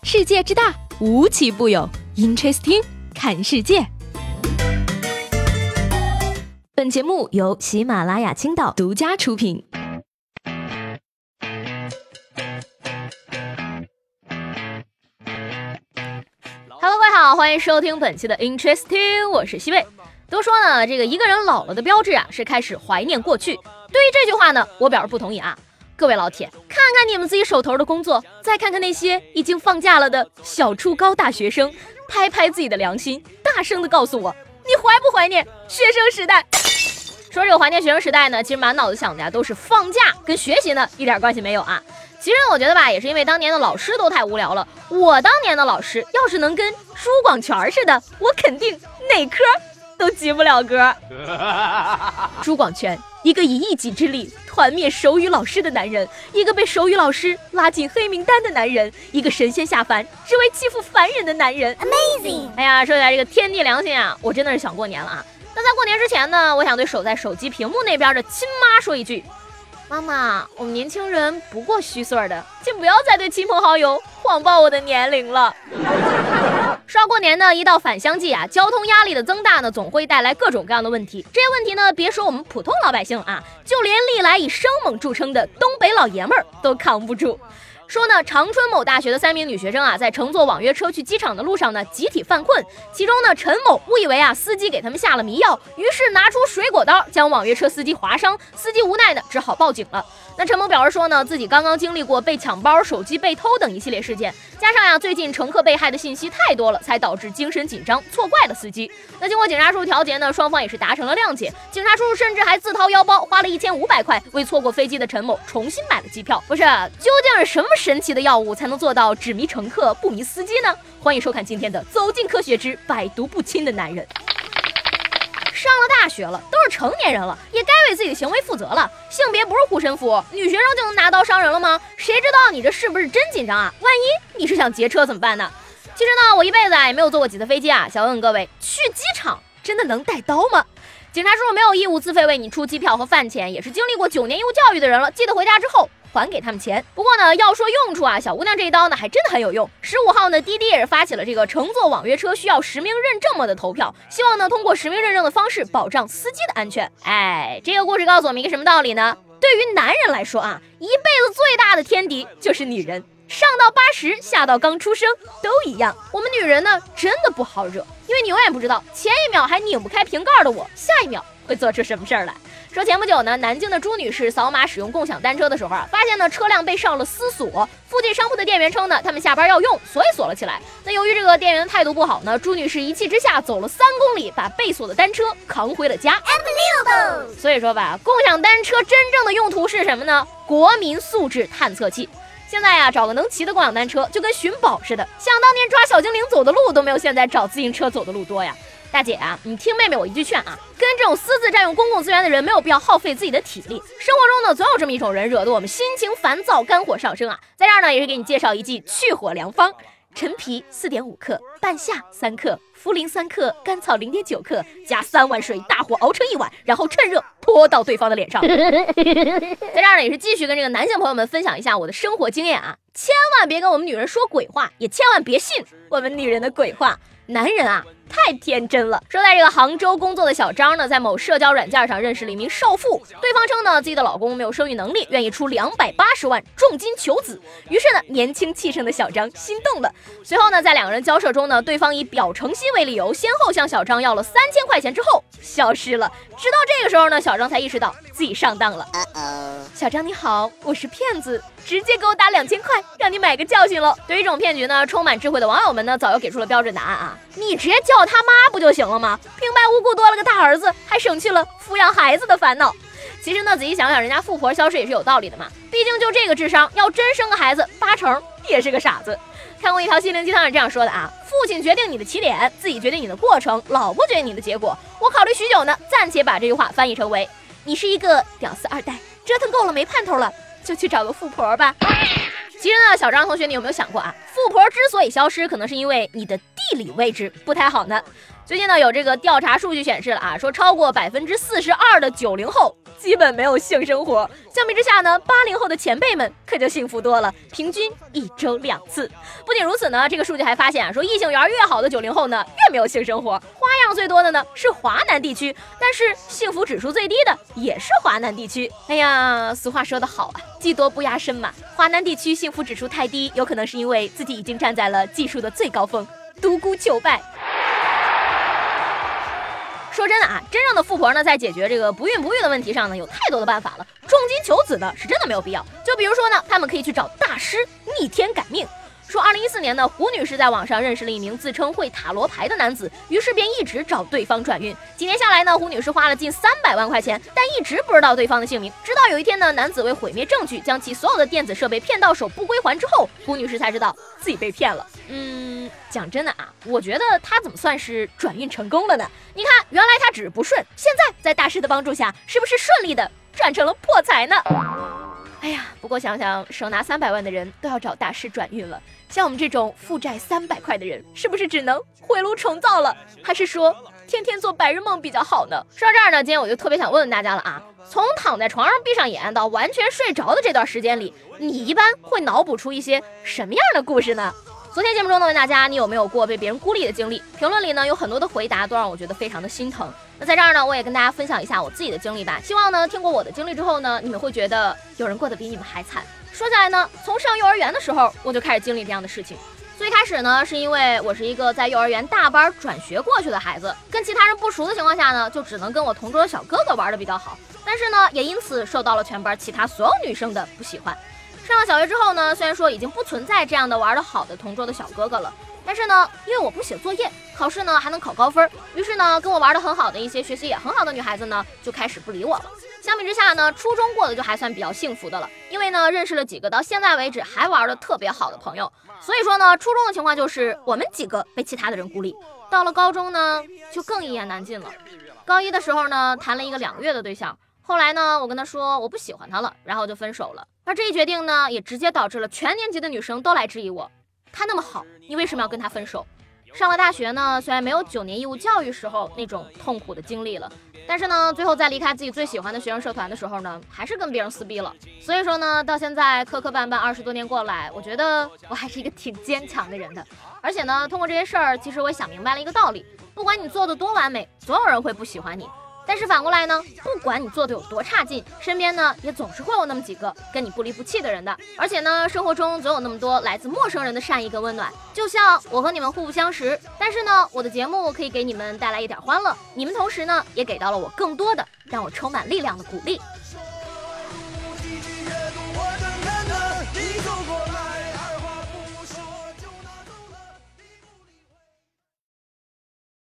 世界之大，无奇不有。Interesting， 看世界。本节目由喜马拉雅青岛独家出品。 Hello， 各位好，欢迎收听本期的 Interesting， 我是西贝。都说呢，这个一个人老了的标志啊，是开始怀念过去。对于这句话呢，我表示不同意啊。各位老铁，看看你们自己手头的工作，再看看那些已经放假了的小初高大学生，拍拍自己的良心，大声的告诉我，你怀不怀念学生时代？说这个怀念学生时代呢，其实满脑子想的呀都是放假，跟学习呢一点关系没有啊。其实呢，我觉得吧，也是因为当年的老师都太无聊了。我当年的老师要是能跟朱广权似的，我肯定哪科都及不了格。朱广权，一个以一己之力团灭手语老师的男人，一个被手语老师拉进黑名单的男人，一个神仙下凡只为欺负凡人的男人。Amazing！ 哎呀，说起来这个天地良心啊，我真的是想过年了啊。那在过年之前呢，我想对守在手机屏幕那边的亲妈说一句，妈妈，我们年轻人不过虚岁的，请不要再对亲朋好友谎报我的年龄了。说到过年呢，一到返乡季啊，交通压力的增大呢，总会带来各种各样的问题。这些问题呢，别说我们普通老百姓啊，就连历来以生猛著称的东北老爷们儿都扛不住。说呢，长春某大学的3名女学生啊，在乘坐网约车去机场的路上呢，集体犯困。其中呢，陈某误以为啊司机给他们下了迷药，于是拿出水果刀将网约车司机划伤。司机无奈呢，只好报警了。那陈某表示说呢，自己刚刚经历过被抢包、手机被偷等一系列事件，加上呀最近乘客被害的信息太多了，才导致精神紧张，错怪了司机。那经过警察叔叔调解呢，双方也是达成了谅解。警察叔叔甚至还自掏腰包花了1500块，为错过飞机的陈某重新买了机票。不是，究竟是什么神奇的药物才能做到只迷乘客不迷司机呢？欢迎收看今天的《走进科学之百毒不侵的男人》。上了大学了，都是成年人了，也该为自己的行为负责了。性别不是护身符，女学生就能拿刀伤人了吗？谁知道你这是不是真紧张啊？万一你是想劫车怎么办呢？其实呢，我一辈子也没有坐过几次飞机啊。想问各位，去机场真的能带刀吗？警察叔叔没有义务自费为你出机票和饭钱，也是经历过9年义务教育的人了，记得回家之后还给他们钱。不过呢，要说用处啊，小姑娘这一刀呢还真的很有用。15号呢，滴滴也是发起了这个乘坐网约车需要实名认证的投票，希望呢通过实名认证的方式保障司机的安全。哎，这个故事告诉我们一个什么道理呢？对于男人来说啊，一辈子最大的天敌就是女人，上到80，下到刚出生都一样。我们女人呢真的不好惹，因为你永远不知道前一秒还拧不开瓶盖的我，下一秒会做出什么事儿来。说前不久呢，南京的朱女士扫码使用共享单车的时候啊，发现呢车辆被上了私锁。附近商铺的店员称呢，他们下班要用，所以锁了起来。那由于这个店员的态度不好呢，朱女士一气之下走了3公里，把被锁的单车扛回了家。所以说吧，共享单车真正的用途是什么呢？国民素质探测器。现在呀，找个能骑的共享单车就跟寻宝似的，想当年抓小精灵走的路都没有现在找自行车走的路多呀。大姐啊，你听妹妹我一句劝啊，跟这种私自占用公共资源的人没有必要耗费自己的体力。生活中呢，总有这么一种人，惹得我们心情烦躁，肝火上升啊。在这儿呢，也是给你介绍一剂去火良方：陈皮4.5克，半夏3克，茯苓3克，甘草0.9克，加3碗水，大火熬成1碗，然后趁热泼到对方的脸上。在这儿呢，也是继续跟这个男性朋友们分享一下我的生活经验啊，千万别跟我们女人说鬼话，也千万别信我们女人的鬼话。男人啊，太天真了。说在这个杭州工作的小张呢，在某社交软件上认识了一名少妇，对方称呢自己的老公没有生育能力，愿意出280万重金求子。于是呢，年轻气盛的小张心动了。随后呢，在2个人交涉中呢，对方以表诚心为理由，先后向小张要了3000块钱之后消失了。直到这个时候呢，小张才意识到自己上当了。小张你好，我是骗子，直接给我打2000块，让你买个教训喽。对于这种骗局呢，充满智慧的网友们呢，早就给出了标准答案啊。你直接叫他妈不就行了吗？平白无故多了个大儿子，还省去了抚养孩子的烦恼。其实呢，仔细想想，人家富婆消失也是有道理的嘛。毕竟就这个智商，要真生个孩子，8成也是个傻子。看过一条心灵鸡汤是这样说的啊：父亲决定你的起点，自己决定你的过程，老婆决定你的结果。我考虑许久呢，暂且把这句话翻译成为：你是一个屌丝2代，折腾够了没盼头了，就去找个富婆吧。其实呢，小张同学，你有没有想过啊？富婆之所以消失，可能是因为你的地理位置不太好呢。 最近呢有这个调查数据显示了啊，说超过42%的90后基本没有性生活。相比之下呢，80后的前辈们可就幸福多了，平均1周2次。不仅如此呢，这个数据还发现说异性缘越好的90后呢越没有性生活，花样最多的呢是华南地区，但是幸福指数最低的也是华南地区。哎呀，俗话说得好啊，技多不压身嘛。华南地区幸福指数太低，有可能是因为自己已经站在了技术的最高峰，独孤求败。说真的啊，真正的富婆呢，在解决这个不孕不育的问题上呢，有太多的办法了。重金求子呢，是真的没有必要。就比如说呢，他们可以去找大师逆天改命。说2014年呢，胡女士在网上认识了一名自称会塔罗牌的男子，于是便一直找对方转运。几年下来呢，胡女士花了近300万块钱，但一直不知道对方的姓名。直到有一天呢，男子为毁灭证据，将其所有的电子设备骗到手不归还之后，胡女士才知道自己被骗了。讲真的啊，我觉得她怎么算是转运成功了呢？你看，原来她只是不顺，现在在大师的帮助下，是不是顺利的转成了破财呢？哎呀，不过想想手拿300万的人都要找大师转运了，像我们这种负债300块的人，是不是只能回炉重造了？还是说天天做白日梦比较好呢？说到这儿呢，今天我就特别想问问大家了啊，从躺在床上闭上眼到完全睡着的这段时间里，你一般会脑补出一些什么样的故事呢？昨天节目中呢，问大家你有没有过被别人孤立的经历？评论里呢有很多的回答，都让我觉得非常的心疼。那在这儿呢，我也跟大家分享一下我自己的经历吧。希望呢，听过我的经历之后呢，你们会觉得有人过得比你们还惨。说起来呢，从上幼儿园的时候我就开始经历这样的事情。最开始呢，是因为我是一个在幼儿园大班转学过去的孩子，跟其他人不熟的情况下呢，就只能跟我同桌的小哥哥玩的比较好。但是呢，也因此受到了全班其他所有女生的不喜欢。上了小学之后呢，虽然说已经不存在这样的玩得好的同桌的小哥哥了，但是呢，因为我不写作业，考试呢还能考高分，于是呢，跟我玩得很好的一些学习也很好的女孩子呢，就开始不理我了。相比之下呢，初中过得就还算比较幸福的了，因为呢，认识了几个到现在为止还玩得特别好的朋友。所以说呢，初中的情况就是我们几个被其他的人孤立。到了高中呢，就更一言难尽了。高一的时候呢，谈了一个2个月的对象。后来呢，我跟他说我不喜欢他了，然后就分手了。而这一决定呢，也直接导致了全年级的女生都来质疑我，他那么好，你为什么要跟他分手？上了大学呢，虽然没有9年义务教育时候那种痛苦的经历了，但是呢，最后在离开自己最喜欢的学生社团的时候呢，还是跟别人撕逼了。所以说呢，到现在磕磕绊绊20多年过来，我觉得我还是一个挺坚强的人的。而且呢，通过这些事儿，其实我也想明白了一个道理，不管你做的多完美，总有人会不喜欢你。但是反过来呢，不管你做的有多差劲，身边呢也总是会有那么几个跟你不离不弃的人的。而且呢，生活中总有那么多来自陌生人的善意跟温暖。就像我和你们互不相识，但是呢，我的节目可以给你们带来一点欢乐，你们同时呢也给到了我更多的让我充满力量的鼓励。